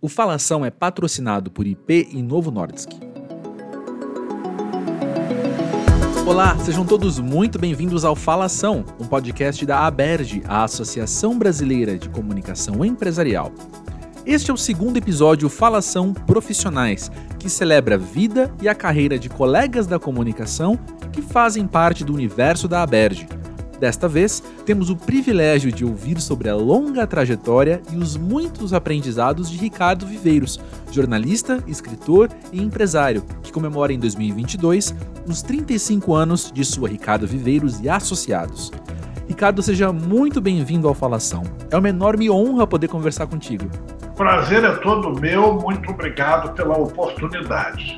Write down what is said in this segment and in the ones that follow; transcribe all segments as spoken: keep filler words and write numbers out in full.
O Falação é patrocinado por I P e Novo Nordisk. Olá, sejam todos muito bem-vindos ao Falação, um podcast da ABERJ, a Associação Brasileira de Comunicação Empresarial. Este é o segundo episódio Falação Profissionais, que celebra a vida e a carreira de colegas da comunicação que fazem parte do universo da ABERJ. Desta vez, temos o privilégio de ouvir sobre a longa trajetória e os muitos aprendizados de Ricardo Viveiros, jornalista, escritor e empresário, que comemora em dois mil e vinte e dois os trinta e cinco anos de sua Ricardo Viveiros e Associados. Ricardo, seja muito bem-vindo ao Falação. É uma enorme honra poder conversar contigo. O prazer é todo meu, muito obrigado pela oportunidade.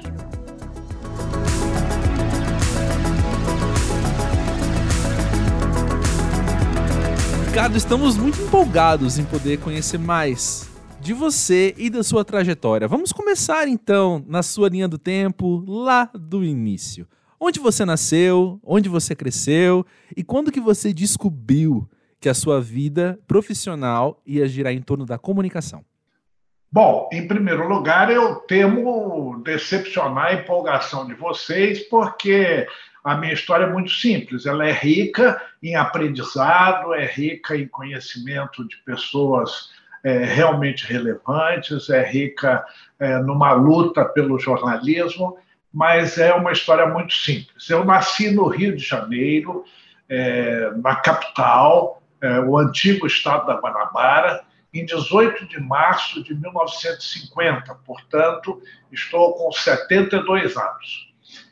Ricardo, estamos muito empolgados em poder conhecer mais de você e da sua trajetória. Vamos começar então na sua linha do tempo, lá do início. Onde você nasceu, onde você cresceu e quando que você descobriu que a sua vida profissional ia girar em torno da comunicação? Bom, em primeiro lugar, eu temo decepcionar a empolgação de vocês, porque a minha história é muito simples. Ela é rica em aprendizado, é rica em conhecimento de pessoas é, realmente relevantes, é rica é, numa luta pelo jornalismo, mas é uma história muito simples. Eu nasci no Rio de Janeiro, é, na capital, é, o antigo estado da Guanabara, em dezoito de março de mil novecentos e cinquenta, portanto, estou com setenta e dois anos.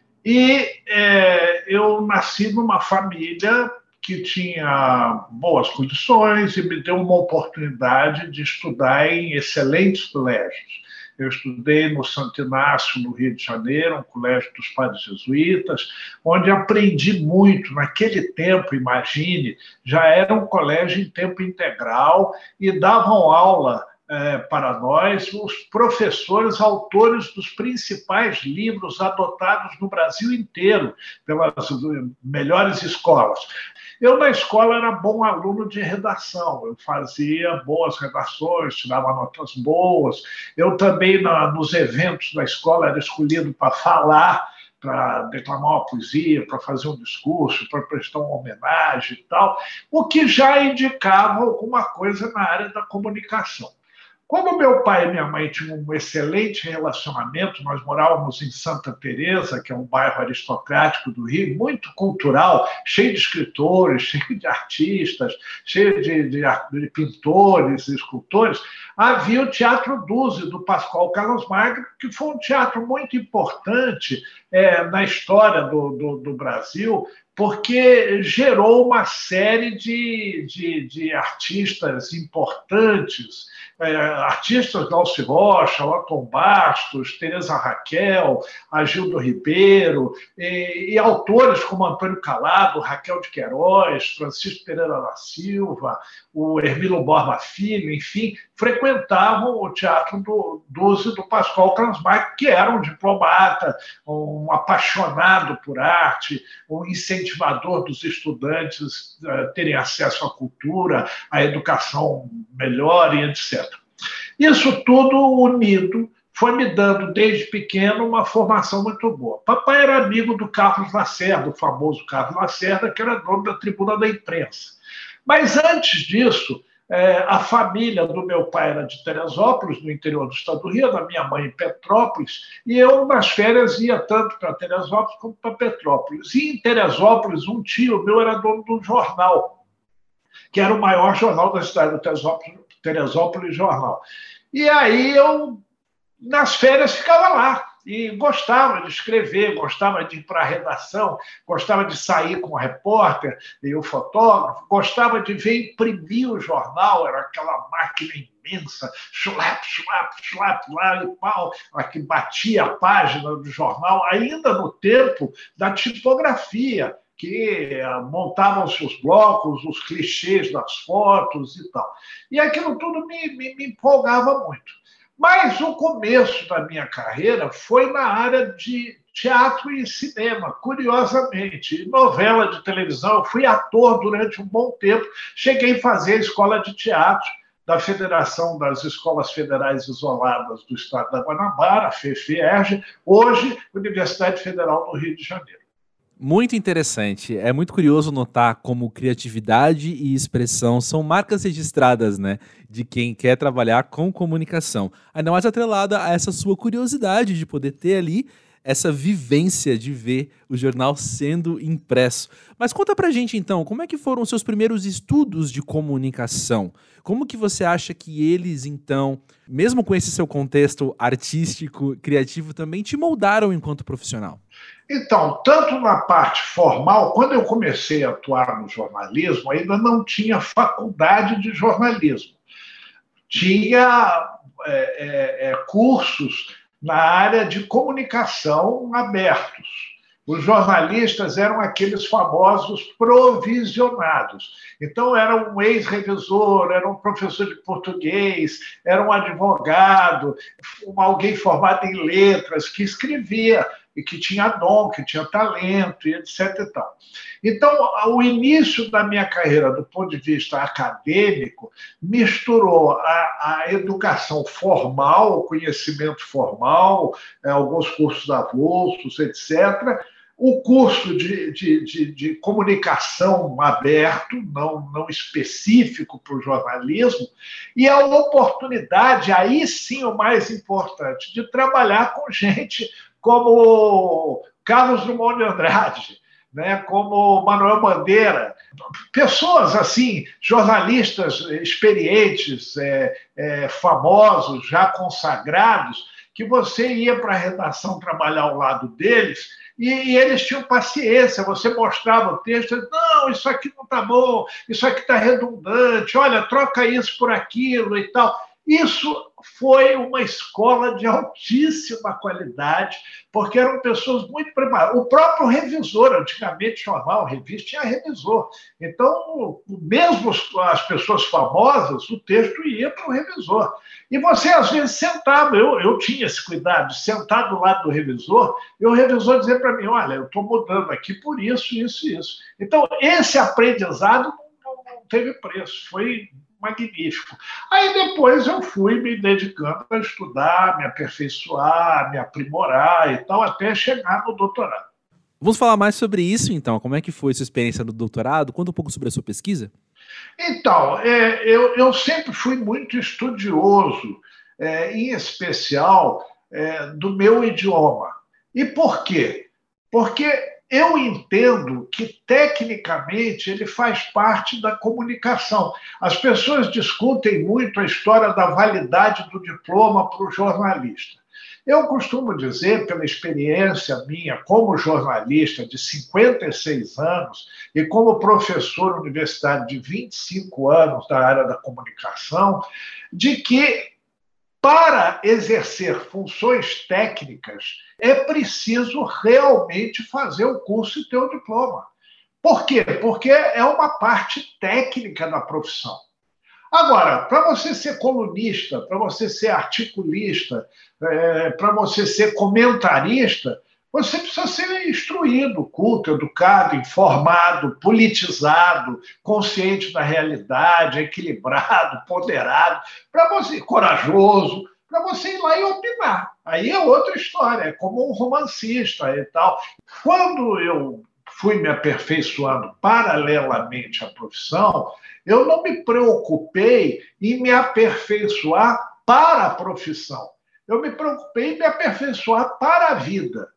E é, eu nasci numa família que tinha boas condições e me deu uma oportunidade de estudar em excelentes colégios. Eu estudei no Santo Inácio, no Rio de Janeiro, um colégio dos padres jesuítas, onde aprendi muito. Naquele tempo, imagine, já era um colégio em tempo integral e davam aula eh, para nós os professores, autores dos principais livros adotados no Brasil inteiro pelas melhores escolas. Eu, na escola, era bom aluno de redação, eu fazia boas redações, tirava notas boas. Eu também, na, nos eventos da escola, era escolhido para falar, para declamar uma poesia, para fazer um discurso, para prestar uma homenagem e tal, o que já indicava alguma coisa na área da comunicação. Quando meu pai e minha mãe tinham um excelente relacionamento, nós morávamos em Santa Teresa, que é um bairro aristocrático do Rio, muito cultural, cheio de escritores, cheio de artistas, cheio de, de, de pintores, escultores. Havia o Teatro Duse, do Pascoal Carlos Magno, que foi um teatro muito importante é, na história do, do, do Brasil, porque gerou uma série de, de, de artistas importantes, é, artistas Dalci Rocha, Otton Bastos, Teresa Raquel, Agildo Ribeiro, e, e autores como Antônio Calado, Raquel de Queiroz, Francisco Pereira da Silva, o Hermílio Borba Filho, enfim, frequentavam o Teatro do Duse do Pascoal Carlos Magno, que era um diplomata, um apaixonado por arte, um incentivador dos estudantes uh, terem acesso à cultura, à educação melhor e etcétera. Isso tudo unido foi me dando, desde pequeno, uma formação muito boa. Papai era amigo do Carlos Lacerda, o famoso Carlos Lacerda, que era dono da Tribuna da Imprensa. Mas antes disso, a família do meu pai era de Teresópolis, no interior do estado do Rio, da minha mãe em Petrópolis, e eu, nas férias, ia tanto para Teresópolis como para Petrópolis. E em Teresópolis, um tio meu era dono de um jornal, que era o maior jornal da cidade de Teresópolis, Teresópolis Jornal. E aí eu, nas férias, ficava lá. E gostava de escrever, gostava de ir para a redação, gostava de sair com o repórter e o fotógrafo, gostava de ver imprimir o jornal, era aquela máquina imensa, chulap, chulap, chulap, lá e pau, que batia a página do jornal, ainda no tempo da tipografia, que montavam-se os blocos, os clichês das fotos e tal. E aquilo tudo me, me, me empolgava muito. Mas o começo da minha carreira foi na área de teatro e cinema, curiosamente. Novela de televisão, eu fui ator durante um bom tempo, cheguei a fazer a escola de teatro da Federação das Escolas Federais Isoladas do Estado da Guanabara, a FEFIERJ, hoje Universidade Federal do Rio de Janeiro. Muito interessante. É muito curioso notar como criatividade e expressão são marcas registradas, né, de quem quer trabalhar com comunicação. Ainda mais atrelada a essa sua curiosidade de poder ter ali essa vivência de ver o jornal sendo impresso. Mas conta pra gente então, como é que foram os seus primeiros estudos de comunicação? Como que você acha que eles, então, mesmo com esse seu contexto artístico, criativo, também te moldaram enquanto profissional? Então, tanto na parte formal, quando eu comecei a atuar no jornalismo, ainda não tinha faculdade de jornalismo. Tinha é, é, cursos na área de comunicação abertos. Os jornalistas eram aqueles famosos provisionados. Então, era um ex-revisor, era um professor de português, era um advogado, alguém formado em letras, que escrevia e que tinha dom, que tinha talento, e etc e tal. Então, o início da minha carreira, do ponto de vista acadêmico, misturou a, a educação formal, o conhecimento formal, alguns cursos avulsos, etcétera, o curso de, de, de, de comunicação aberto, não, não específico para o jornalismo, e a oportunidade, aí sim o mais importante, de trabalhar com gente como Carlos Drummond de Andrade, né, como Manuel Bandeira, pessoas assim, jornalistas experientes, é, é, famosos, já consagrados, que você ia para a redação trabalhar ao lado deles e, e eles tinham paciência, você mostrava o texto, não, isso aqui não está bom, isso aqui está redundante, olha, troca isso por aquilo e tal. Isso foi uma escola de altíssima qualidade, porque eram pessoas muito preparadas. O próprio revisor, antigamente, jornal, revista, tinha revisor. Então, mesmo as pessoas famosas, o texto ia para o revisor. E você, às vezes, sentava, eu, eu tinha esse cuidado, de sentar do lado do revisor, e o revisor dizia para mim, olha, eu estou mudando aqui por isso, isso e isso. Então, esse aprendizado não, não teve preço, foi magnífico. Aí depois eu fui me dedicando a estudar, me aperfeiçoar, me aprimorar e tal, até chegar no doutorado. Vamos falar mais sobre isso, então. Como é que foi sua experiência no doutorado? Conta um pouco sobre a sua pesquisa. Então, é, eu, eu sempre fui muito estudioso, é, em especial é, do meu idioma. E por quê? Porque eu entendo que, tecnicamente, ele faz parte da comunicação. As pessoas discutem muito a história da validade do diploma para o jornalista. Eu costumo dizer, pela experiência minha como jornalista de cinquenta e seis anos e como professor universitário de vinte e cinco anos da área da comunicação, de que, para exercer funções técnicas, é preciso realmente fazer o curso e ter o diploma. Por quê? Porque é uma parte técnica da profissão. Agora, para você ser colunista, para você ser articulista, é, para você ser comentarista, você precisa ser instruído, culto, educado, informado, politizado, consciente da realidade, equilibrado, ponderado, para você, corajoso, para você ir lá e opinar. Aí é outra história, é como um romancista e tal. Quando eu fui me aperfeiçoando paralelamente à profissão, eu não me preocupei em me aperfeiçoar para a profissão. Eu me preocupei em me aperfeiçoar para a vida.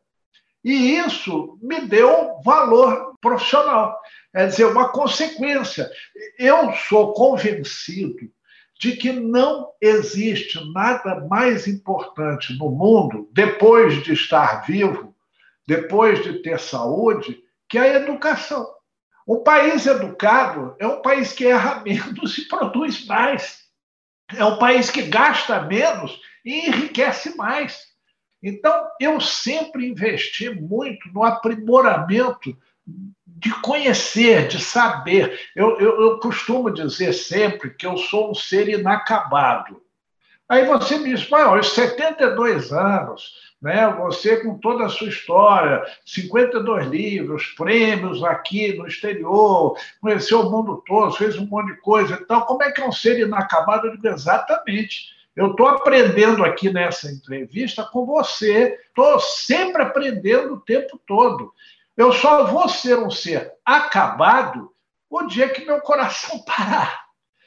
E isso me deu valor profissional. É dizer, uma consequência. Eu sou convencido de que não existe nada mais importante no mundo, depois de estar vivo, depois de ter saúde, que a educação. Um país educado é um país que erra menos e produz mais. É um país que gasta menos e enriquece mais. Então, eu sempre investi muito no aprimoramento de conhecer, de saber. Eu, eu, eu costumo dizer sempre que eu sou um ser inacabado. Aí você me diz, mas aos setenta e dois anos, né? Você com toda a sua história, cinquenta e dois livros, prêmios aqui no exterior, conheceu o mundo todo, fez um monte de coisa e tal. Como é que é um ser inacabado? Eu digo, exatamente. Eu estou aprendendo aqui nessa entrevista com você, estou sempre aprendendo o tempo todo. Eu só vou ser um ser acabado o dia que meu coração parar.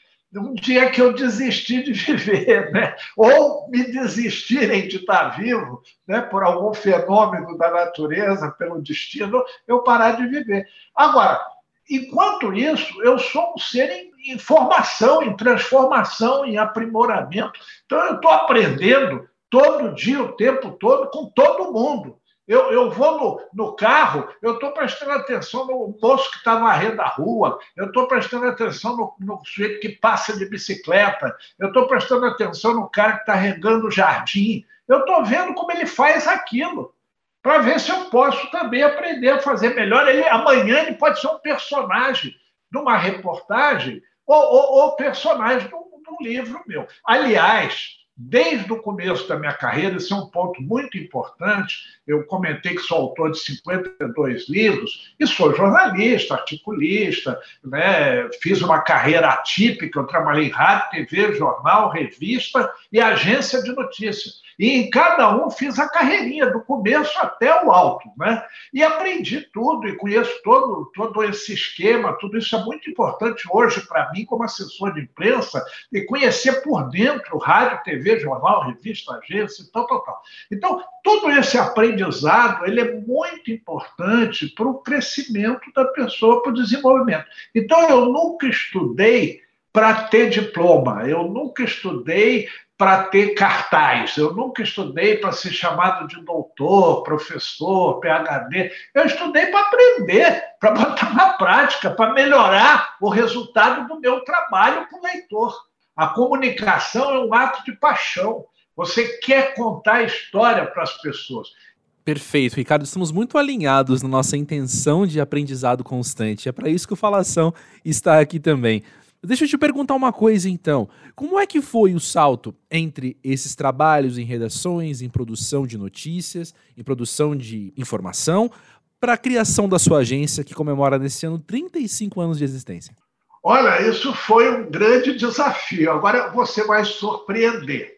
Um dia que eu desistir de viver, né? Ou me desistirem de estar vivo, né? Por algum fenômeno da natureza, pelo destino, eu parar de viver. Agora, enquanto isso, eu sou um ser em, em formação, em transformação, em aprimoramento. Então, eu estou aprendendo todo dia, o tempo todo, com todo mundo. Eu, eu vou no, no carro, eu estou prestando atenção no moço que está no arreio da rua, eu estou prestando atenção no, no sujeito que passa de bicicleta, eu estou prestando atenção no cara que está regando o jardim, eu estou vendo como ele faz aquilo, para ver se eu posso também aprender a fazer melhor. Ele, amanhã ele pode ser um personagem de uma reportagem ou, ou, ou personagem de um, de um livro meu. Aliás, desde o começo da minha carreira, esse é um ponto muito importante. Eu comentei que sou autor de cinquenta e dois livros e sou jornalista, articulista, né? Fiz uma carreira atípica, eu trabalhei em rádio, T V, jornal, revista e agência de notícias. E em cada um fiz a carreirinha, do começo até o alto, né? E aprendi tudo e conheço todo, todo esse esquema, tudo isso é muito importante hoje para mim, como assessor de imprensa, e conhecer por dentro rádio, T V, jornal, revista, agência, tal, tal, tal. Então, todo esse aprendizado ele é muito importante para o crescimento da pessoa, para o desenvolvimento. Então, eu nunca estudei para ter diploma, eu nunca estudei para ter cartaz, eu nunca estudei para ser chamado de doutor, professor, P H D. Eu estudei para aprender, para botar na prática, para melhorar o resultado do meu trabalho com o leitor. A comunicação é um ato de paixão. Você quer contar a história para as pessoas. Perfeito, Ricardo. Estamos muito alinhados na nossa intenção de aprendizado constante. É para isso que o Falação está aqui também. Deixa eu te perguntar uma coisa, então. Como é que foi o salto entre esses trabalhos em redações, em produção de notícias, em produção de informação, para a criação da sua agência, que comemora nesse ano trinta e cinco anos de existência? Olha, isso foi um grande desafio. Agora você vai surpreender.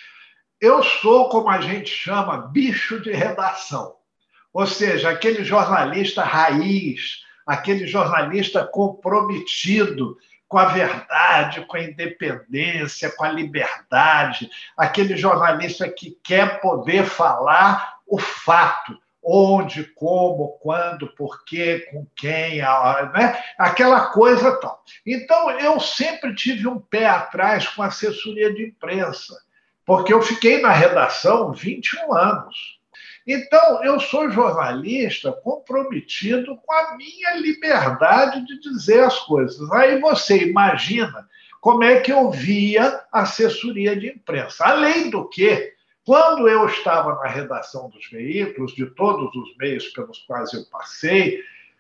Eu sou, como a gente chama, bicho de redação. Ou seja, aquele jornalista raiz, aquele jornalista comprometido com a verdade, com a independência, com a liberdade, aquele jornalista que quer poder falar o fato, onde, como, quando, por quê, com quem, né? Aquela coisa tal. Então, eu sempre tive um pé atrás com assessoria de imprensa, porque eu fiquei na redação vinte e um anos. Então, eu sou jornalista comprometido com a minha liberdade de dizer as coisas. Aí você imagina como é que eu via assessoria de imprensa. Além do que, quando eu estava na redação dos veículos, de todos os meios pelos quais eu passei,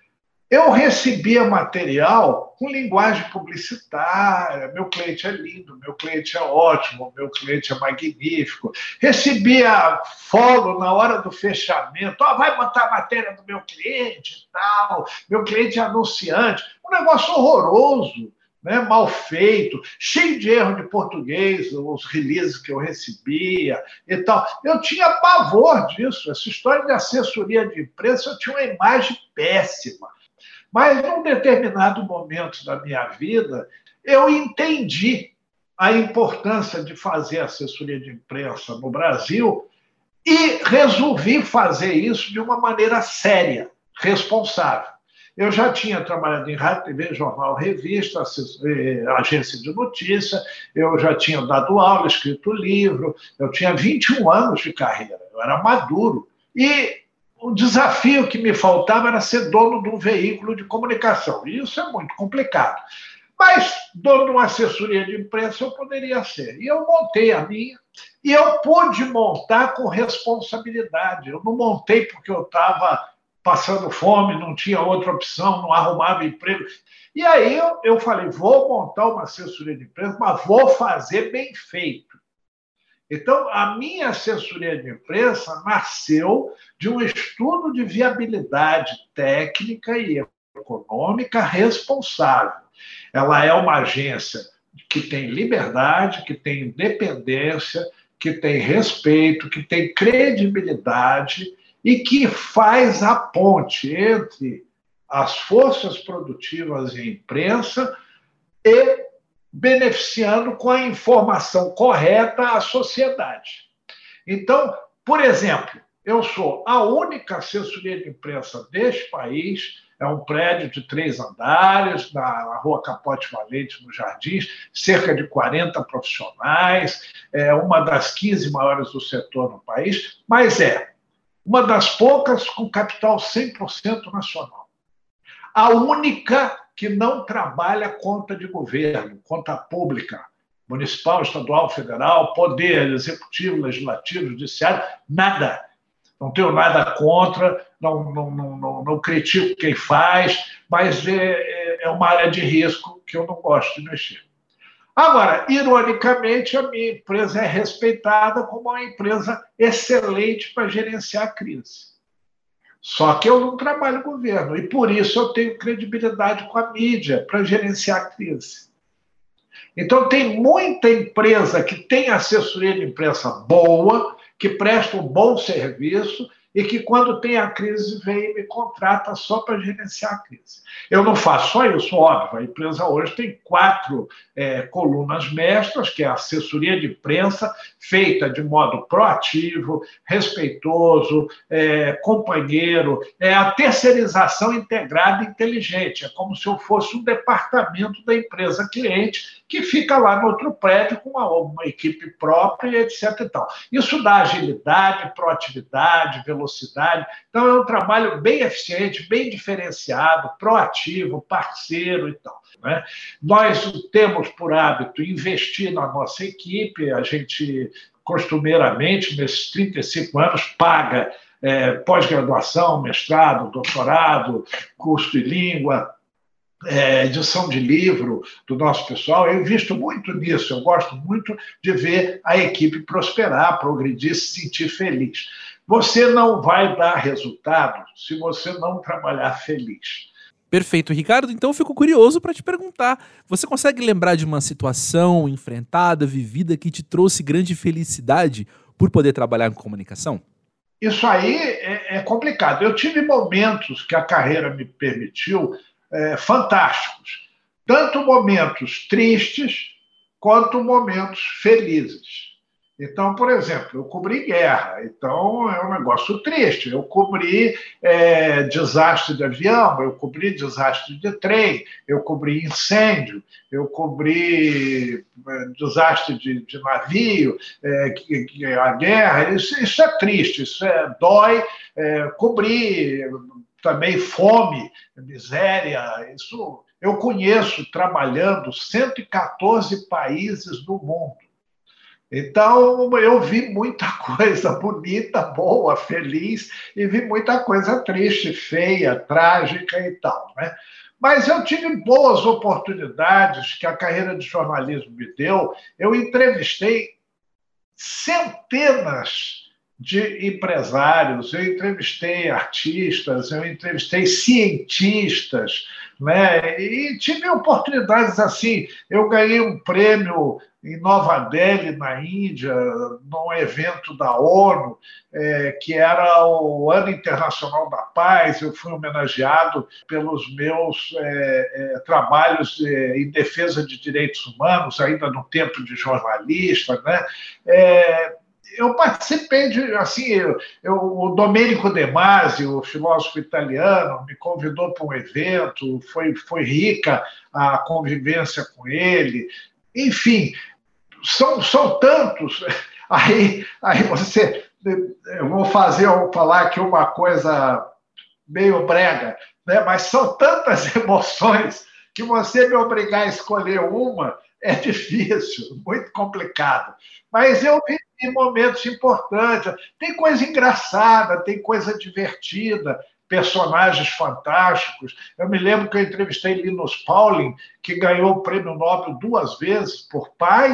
eu recebia material com linguagem publicitária. Meu cliente é lindo, meu cliente é ótimo, meu cliente é magnífico. Recebia follow na hora do fechamento. Oh, vai botar a matéria do meu cliente e tal. Meu cliente é anunciante. Um negócio horroroso, né? Mal feito, cheio de erro de português, os releases que eu recebia e tal. Eu tinha pavor disso. Essa história de assessoria de imprensa, eu tinha uma imagem péssima. Mas, num determinado momento da minha vida, eu entendi a importância de fazer assessoria de imprensa no Brasil e resolvi fazer isso de uma maneira séria, responsável. Eu já tinha trabalhado em rádio, T V, jornal, revista, agência de notícia, eu já tinha dado aula, escrito livro, eu tinha vinte e um anos de carreira, eu era maduro. E o desafio que me faltava era ser dono de um veículo de comunicação. E isso é muito complicado. Mas, dono de uma assessoria de imprensa, eu poderia ser. E eu montei a minha. E eu pude montar com responsabilidade. Eu não montei porque eu estava passando fome, não tinha outra opção, não arrumava emprego. E aí eu, eu falei, vou montar uma assessoria de imprensa, mas vou fazer bem feito. Então, a minha assessoria de imprensa nasceu de um estudo de viabilidade técnica e econômica responsável. Ela é uma agência que tem liberdade, que tem independência, que tem respeito, que tem credibilidade e que faz a ponte entre as forças produtivas e a imprensa e beneficiando com a informação correta à sociedade. Então, por exemplo, eu sou a única assessoria de imprensa deste país, é um prédio de três andares, na Rua Capote Valente, nos Jardins, cerca de quarenta profissionais, é uma das quinze maiores do setor no país, mas é uma das poucas com capital cem por cento nacional. A única que não trabalha conta de governo, conta pública, municipal, estadual, federal, poder executivo, legislativo, judiciário, nada. Não tenho nada contra, não, não, não, não, não critico quem faz, mas é, é uma área de risco que eu não gosto de mexer. Agora, ironicamente, a minha empresa é respeitada como uma empresa excelente para gerenciar a crise. Só que eu não trabalho no governo, e por isso eu tenho credibilidade com a mídia para gerenciar a crise. Então, tem muita empresa que tem assessoria de imprensa boa, que presta um bom serviço e que, quando tem a crise, vem e me contrata só para gerenciar a crise. Eu não faço só isso, óbvio. A empresa hoje tem quatro é, colunas mestras, que é a assessoria de imprensa, feita de modo proativo, respeitoso, é, companheiro. É a terceirização integrada e inteligente. É como se eu fosse um departamento da empresa cliente que fica lá no outro prédio com uma, uma equipe própria, etc e tal. Isso dá agilidade, proatividade, velocidade. Então, é um trabalho bem eficiente, bem diferenciado, proativo, parceiro e tal, né? Nós temos por hábito investir na nossa equipe. A gente, costumeiramente, nesses trinta e cinco anos, paga é, pós-graduação, mestrado, doutorado, curso de língua, É, edição de livro do nosso pessoal. Eu invisto muito nisso, eu gosto muito de ver a equipe prosperar, progredir, se sentir feliz. Você não vai dar resultado se você não trabalhar feliz. Perfeito, Ricardo. Então eu fico curioso para te perguntar, você consegue lembrar de uma situação enfrentada, vivida, que te trouxe grande felicidade por poder trabalhar com comunicação? Isso aí é, é complicado. Eu tive momentos que a carreira me permitiu É, fantásticos, tanto momentos tristes quanto momentos felizes. Então, por exemplo, eu cobri guerra, então é um negócio triste. Eu cobri é, desastre de avião, eu cobri desastre de trem, eu cobri incêndio, eu cobri é, desastre de, de navio, é, que, que, a guerra. Isso, isso é triste, isso é, dói. É, cobri também fome, miséria. Isso eu conheço trabalhando cento e quatorze países do mundo. Então, eu vi muita coisa bonita, boa, feliz, e vi muita coisa triste, feia, trágica e tal, né? Mas eu tive boas oportunidades que a carreira de jornalismo me deu. Eu entrevistei centenas de empresários, eu entrevistei artistas, eu entrevistei cientistas, né? E tive oportunidades assim. Eu ganhei um prêmio em Nova Delhi, na Índia, num evento da ONU, é, que era o Ano Internacional da Paz. Eu fui homenageado pelos meus é, é, trabalhos é, em defesa de direitos humanos, ainda no tempo de jornalista, né? É, Eu participei de, assim, eu, eu, o Domenico De Masi, o filósofo italiano, me convidou para um evento, foi, foi rica a convivência com ele. Enfim, são, são tantos. Aí, aí você, eu vou fazer, eu vou falar aqui uma coisa meio brega, né? Mas são tantas emoções que você me obrigar a escolher uma é difícil, muito complicado. Mas eu vivi momentos importantes. Tem coisa engraçada, tem coisa divertida, personagens fantásticos. Eu me lembro que eu entrevistei Linus Pauling, que ganhou o prêmio Nobel duas vezes por paz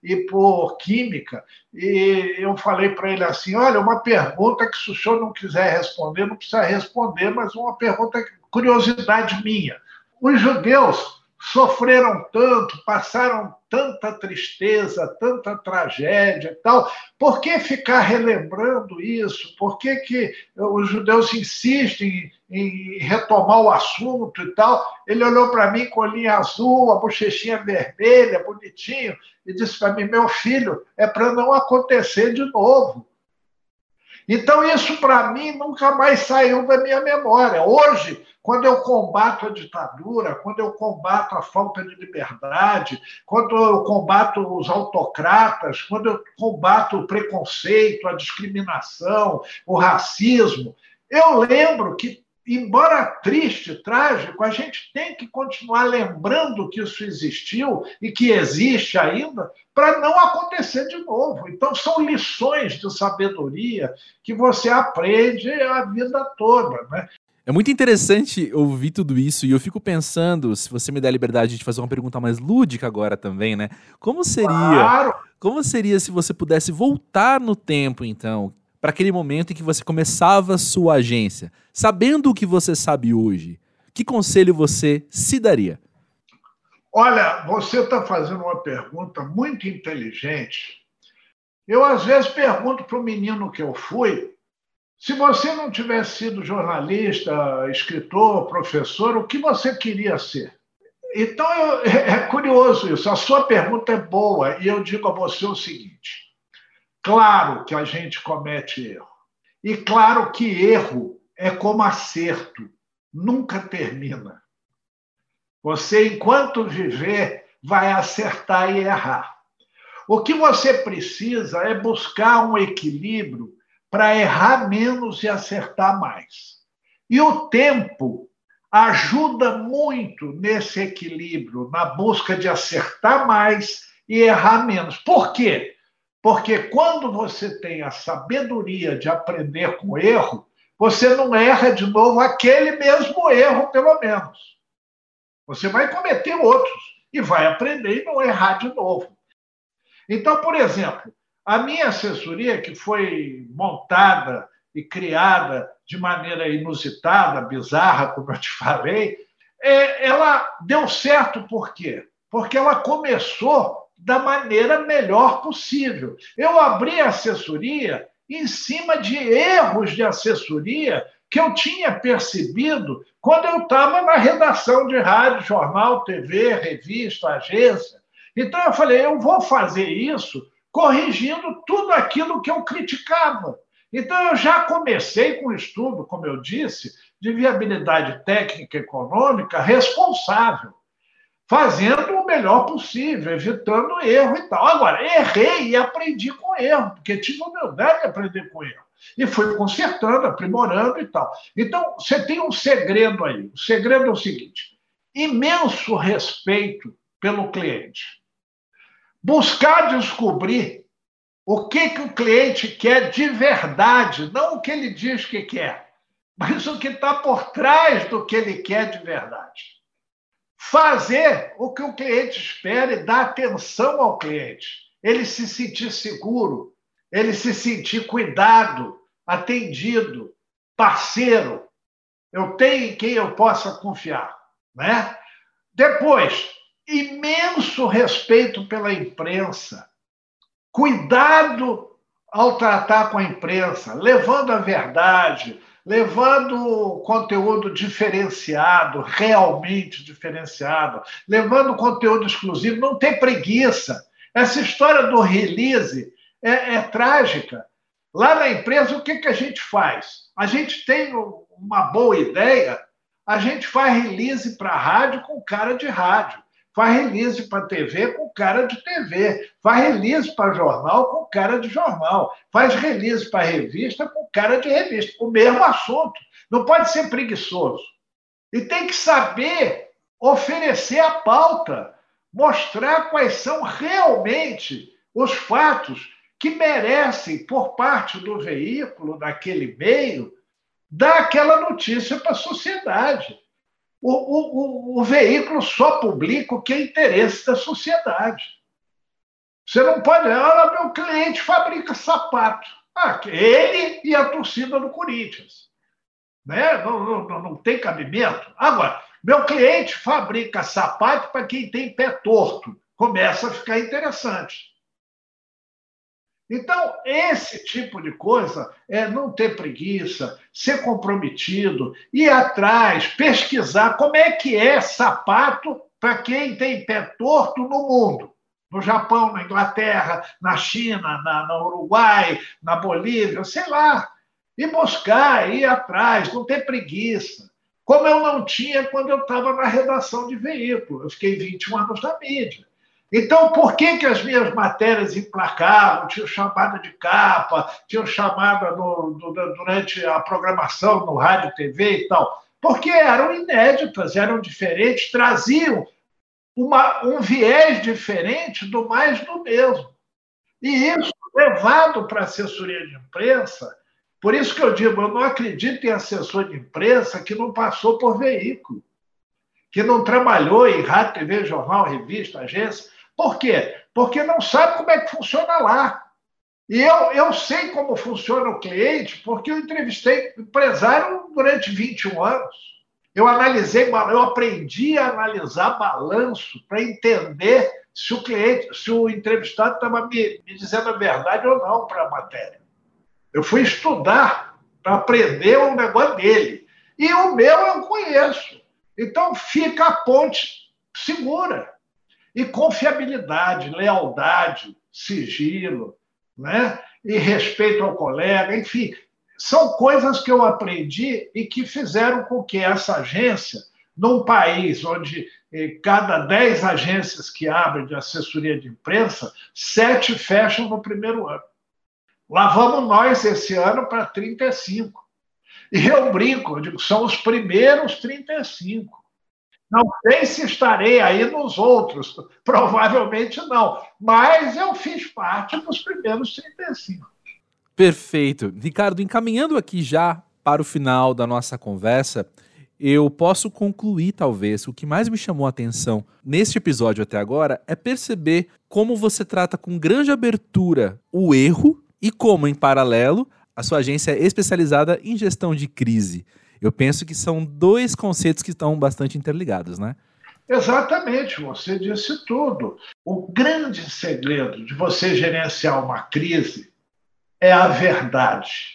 e por química. E eu falei para ele assim, olha, uma pergunta que se o senhor não quiser responder, não precisa responder, mas uma pergunta, curiosidade minha. Os judeus sofreram tanto, passaram tanta tristeza, tanta tragédia e tal. Por que ficar relembrando isso? Por que, que os judeus insistem em retomar o assunto e tal? Ele olhou para mim com a linha azul, a bochechinha vermelha, bonitinho, e disse para mim, meu filho, é para não acontecer de novo. Então, isso, para mim, nunca mais saiu da minha memória. Hoje, quando eu combato a ditadura, quando eu combato a falta de liberdade, quando eu combato os autocratas, quando eu combato o preconceito, a discriminação, o racismo, eu lembro que, embora triste, trágico, a gente tem que continuar lembrando que isso existiu e que existe ainda para não acontecer de novo. Então, são lições de sabedoria que você aprende a vida toda, né? É muito interessante ouvir tudo isso e eu fico pensando, se você me der a liberdade de fazer uma pergunta mais lúdica agora também, né? Como seria, Claro. Como seria se você pudesse voltar no tempo, então, para aquele momento em que você começava a sua agência, sabendo o que você sabe hoje? Que conselho você se daria? Olha, você está fazendo uma pergunta muito inteligente. Eu, às vezes, pergunto para o menino que eu fui, se você não tivesse sido jornalista, escritor, professor, o que você queria ser? Então, eu, é curioso isso. A sua pergunta é boa e eu digo a você o seguinte. Claro que a gente comete erro. E claro que erro é como acerto. Nunca termina. Você, enquanto viver, vai acertar e errar. O que você precisa é buscar um equilíbrio para errar menos e acertar mais. E o tempo ajuda muito nesse equilíbrio, na busca de acertar mais e errar menos. Por quê? Porque quando você tem a sabedoria de aprender com erro, você não erra de novo aquele mesmo erro, pelo menos. Você vai cometer outros e vai aprender e não errar de novo. Então, por exemplo, a minha assessoria, que foi montada e criada de maneira inusitada, bizarra, como eu te falei, ela deu certo por quê? Porque ela começou da maneira melhor possível. Eu abri a assessoria em cima de erros de assessoria que eu tinha percebido quando eu estava na redação de rádio, jornal, T V, revista, agência. Então eu falei, eu vou fazer isso corrigindo tudo aquilo que eu criticava. Então eu já comecei com um estudo, como eu disse, de viabilidade técnica e econômica responsável, fazendo o melhor possível, evitando erro e tal. Agora, errei e aprendi com erro, porque tive humildade de aprender com erro. E fui consertando, aprimorando e tal. Então, você tem um segredo aí. O segredo é o seguinte, imenso respeito pelo cliente. Buscar descobrir o que, que o cliente quer de verdade, não o que ele diz que quer, mas o que está por trás do que ele quer de verdade. Fazer o que o cliente espera e dar atenção ao cliente. Ele se sentir seguro, ele se sentir cuidado, atendido, parceiro. Eu tenho em quem eu possa confiar, né? Depois, imenso respeito pela imprensa. Cuidado ao tratar com a imprensa, levando a verdade, levando conteúdo diferenciado, realmente diferenciado, levando conteúdo exclusivo, não tem preguiça. Essa história do release é, é trágica. Lá na empresa, o que, que a gente faz? A gente tem uma boa ideia, a gente faz release para rádio com cara de rádio, faz release para T V com cara de T V, faz release para jornal com cara de jornal, faz release para revista com cara de revista, o mesmo assunto. Não pode ser preguiçoso. E tem que saber oferecer a pauta, mostrar quais são realmente os fatos que merecem, por parte do veículo, daquele meio, dar aquela notícia para a sociedade. O, o, o, o veículo só publica o que é interesse da sociedade. Você não pode... Olha, meu cliente fabrica sapato. Ah, ele e a torcida do Corinthians. Né? Não, não, não tem cabimento. Agora, meu cliente fabrica sapato para quem tem pé torto. Começa a ficar interessante. Então, esse tipo de coisa é não ter preguiça, ser comprometido, ir atrás, pesquisar como é que é sapato para quem tem pé torto no mundo. No Japão, na Inglaterra, na China, na, no Uruguai, na Bolívia, sei lá. E buscar, ir atrás, não ter preguiça. Como eu não tinha quando eu estava na redação de veículo. Eu fiquei vinte e um anos na mídia. Então, por que, que as minhas matérias emplacavam, tinham chamada de capa, tinham chamada no, no, durante a programação no rádio e T V e tal? Porque eram inéditas, eram diferentes, traziam uma, um viés diferente do mais do mesmo. E isso, levado para a assessoria de imprensa, por isso que eu digo, eu não acredito em assessor de imprensa que não passou por veículo, que não trabalhou em rádio, T V, jornal, revista, agência. Por quê? Porque não sabe como é que funciona lá. E eu, eu sei como funciona o cliente, porque eu entrevistei empresário durante vinte e um anos. Eu analisei, eu aprendi a analisar balanço para entender se o cliente, se o entrevistado estava me, me dizendo a verdade ou não para a matéria. Eu fui estudar para aprender o negócio dele. E o meu eu conheço. Então fica a ponte segura. E confiabilidade, lealdade, sigilo, né? E respeito ao colega, enfim, são coisas que eu aprendi e que fizeram com que essa agência, num país onde eh, cada dez agências que abrem de assessoria de imprensa, sete fecham no primeiro ano. Lá vamos nós esse ano para trinta e cinco. E eu brinco, eu digo, são os primeiros trinta e cinco. Não sei se estarei aí nos outros, provavelmente não, mas eu fiz parte dos primeiros trinta e cinco. Perfeito. Ricardo, encaminhando aqui já para o final da nossa conversa, eu posso concluir, talvez, o que mais me chamou a atenção neste episódio até agora é perceber como você trata com grande abertura o erro e como, em paralelo, a sua agência é especializada em gestão de crise. Eu penso que são dois conceitos que estão bastante interligados, né? Exatamente, você disse tudo. O grande segredo de você gerenciar uma crise é a verdade.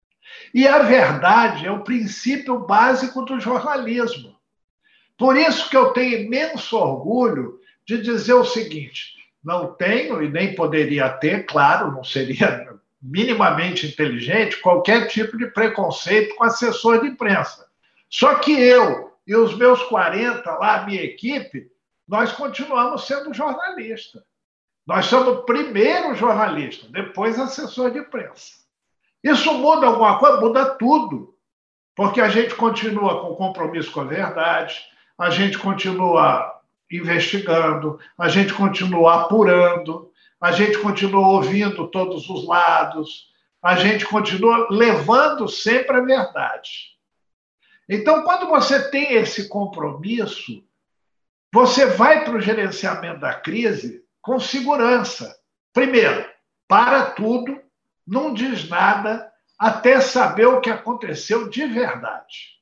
E a verdade é o princípio básico do jornalismo. Por isso que eu tenho imenso orgulho de dizer o seguinte, não tenho e nem poderia ter, claro, não seria minimamente inteligente, qualquer tipo de preconceito com assessor de imprensa. Só que eu e os meus quarenta lá, a minha equipe, nós continuamos sendo jornalista. Nós somos primeiro jornalista, depois assessor de imprensa. Isso muda alguma coisa? Muda tudo. Porque a gente continua com compromisso com a verdade, a gente continua investigando, a gente continua apurando, a gente continua ouvindo todos os lados, a gente continua levando sempre a verdade. Então, quando você tem esse compromisso, você vai para o gerenciamento da crise com segurança. Primeiro, para tudo, não diz nada, até saber o que aconteceu de verdade.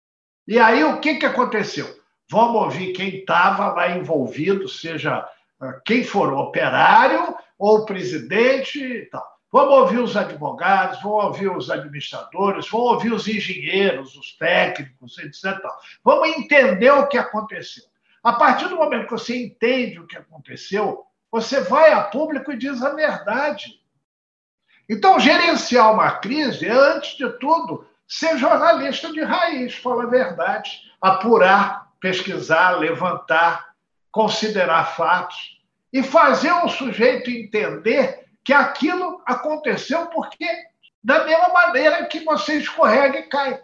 E aí, o que, que aconteceu? Vamos ouvir quem estava lá envolvido, seja quem for, o operário ou o presidente e tal. Vamos ouvir os advogados, vamos ouvir os administradores, vamos ouvir os engenheiros, os técnicos, etcétera. Vamos entender o que aconteceu. A partir do momento que você entende o que aconteceu, você vai a público e diz a verdade. Então, gerenciar uma crise é, antes de tudo, ser jornalista de raiz, falar a verdade, apurar, pesquisar, levantar, considerar fatos e fazer o sujeito entender que aquilo aconteceu porque, da mesma maneira que você escorrega e cai.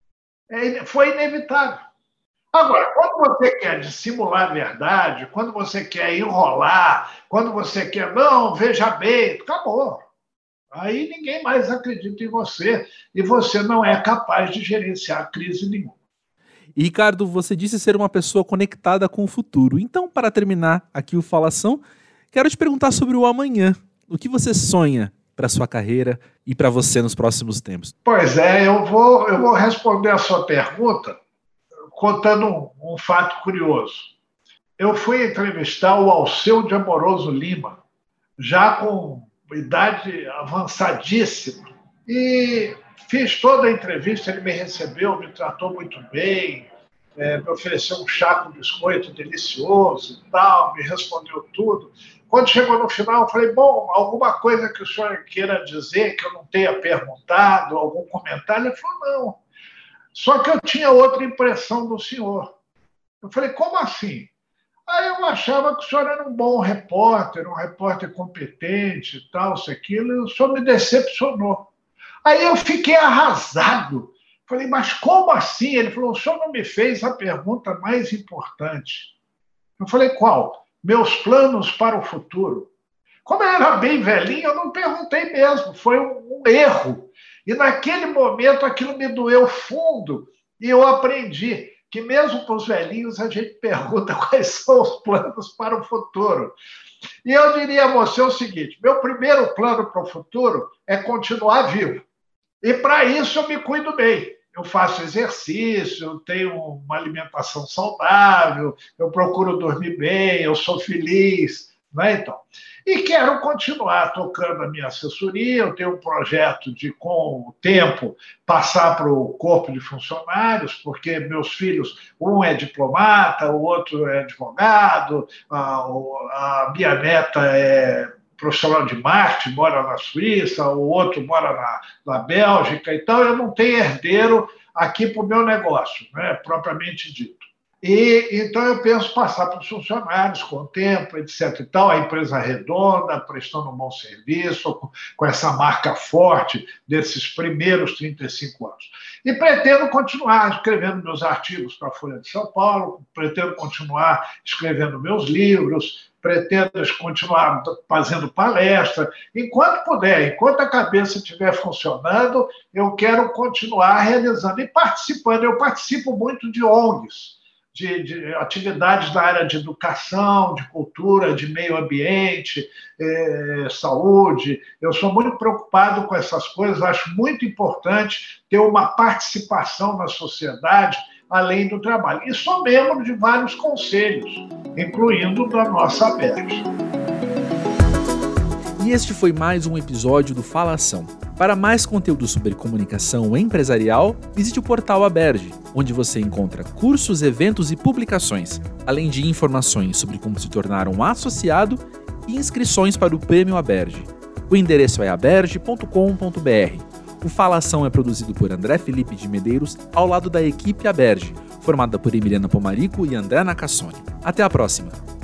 É, foi inevitável. Agora, quando você quer dissimular a verdade, quando você quer enrolar, quando você quer, não, veja bem, acabou. Aí ninguém mais acredita em você e você não é capaz de gerenciar crise nenhuma. E, Ricardo, você disse ser uma pessoa conectada com o futuro. Então, para terminar aqui o Falação, quero te perguntar sobre o amanhã. O que você sonha para sua carreira e para você nos próximos tempos? Pois é, eu vou, eu vou responder a sua pergunta contando um, um fato curioso. Eu fui entrevistar o Alceu de Amoroso Lima, já com idade avançadíssima, e fiz toda a entrevista, ele me recebeu, me tratou muito bem, é, me ofereceu um chá com biscoito delicioso e tal, me respondeu tudo. Quando chegou no final, eu falei, bom, alguma coisa que o senhor queira dizer, que eu não tenha perguntado, algum comentário? Ele falou, não. Só que eu tinha outra impressão do senhor. Eu falei, como assim? Aí eu achava que o senhor era um bom repórter, um repórter competente e tal, isso, aquilo, e o senhor me decepcionou. Aí eu fiquei arrasado. Falei, mas como assim? Ele falou, o senhor não me fez a pergunta mais importante. Eu falei, qual? Meus planos para o futuro. Como eu era bem velhinho, eu não perguntei mesmo, foi um, um erro. E naquele momento aquilo me doeu fundo e eu aprendi que mesmo para os velhinhos a gente pergunta quais são os planos para o futuro. E eu diria a você o seguinte, meu primeiro plano para o futuro é continuar vivo. E para isso eu me cuido bem. Eu faço exercício, eu tenho uma alimentação saudável, eu procuro dormir bem, eu sou feliz, né? Então, e quero continuar tocando a minha assessoria. Eu tenho um projeto de, com o tempo, passar para o corpo de funcionários, porque meus filhos, um é diplomata, o outro é advogado, a, a minha neta é profissional de marketing, mora na Suíça, o outro mora na, na Bélgica, então eu não tenho herdeiro aqui para o meu negócio, né, propriamente dito. E então eu penso passar para os funcionários com o tempo, etc e tal, a empresa redonda, prestando um bom serviço, com, com essa marca forte desses primeiros trinta e cinco anos. E pretendo continuar escrevendo meus artigos para a Folha de São Paulo, pretendo continuar escrevendo meus livros, pretendo continuar fazendo palestra. Enquanto puder, enquanto a cabeça estiver funcionando, eu quero continuar realizando e participando. Eu participo muito de O N Gs, de, de atividades da área de educação, de cultura, de meio ambiente, eh, saúde. Eu sou muito preocupado com essas coisas, acho muito importante ter uma participação na sociedade, além do trabalho. E sou membro de vários conselhos, incluindo da nossa Aberge. E este foi mais um episódio do Falação. Para mais conteúdo sobre comunicação empresarial, visite o portal Aberge, onde você encontra cursos, eventos e publicações, além de informações sobre como se tornar um associado e inscrições para o Prêmio Aberge. O endereço é aberge ponto com ponto b r. O Falação é produzido por André Felipe de Medeiros, ao lado da equipe Aberge, formada por Emiliana Pomarico e André Nacassone. Até a próxima!